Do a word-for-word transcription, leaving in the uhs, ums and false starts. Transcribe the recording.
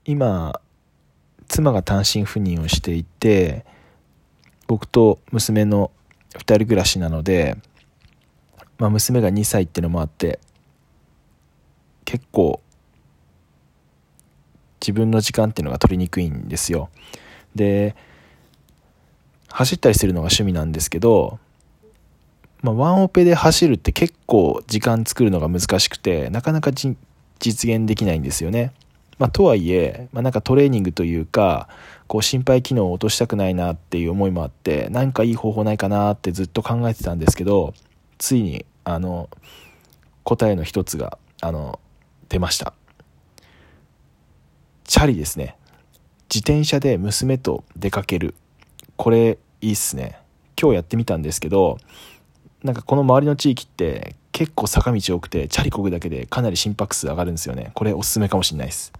今妻が単身赴任をしていて、僕と娘のふたり暮らしなので、まあ、娘がにさいってのもあって結構自分の時間っていうのが取りにくいんですよ。で走ったりするのが趣味なんですけど、まあ、ワンオペで走るって結構時間作るのが難しくてなかなか実現できないんですよね。まあ、とはいえ、まあ、なんかトレーニングというかこう心肺機能を落としたくないなっていう思いもあって何かいい方法ないかなってずっと考えてたんですけど、ついにあの答えの一つがあの出ました。チャリですね。自転車で娘と出かける、これいいっすね。今日やってみたんですけど、なんかこの周りの地域って結構坂道多くてチャリ漕ぐだけでかなり心拍数上がるんですよね。これおすすめかもしれないです。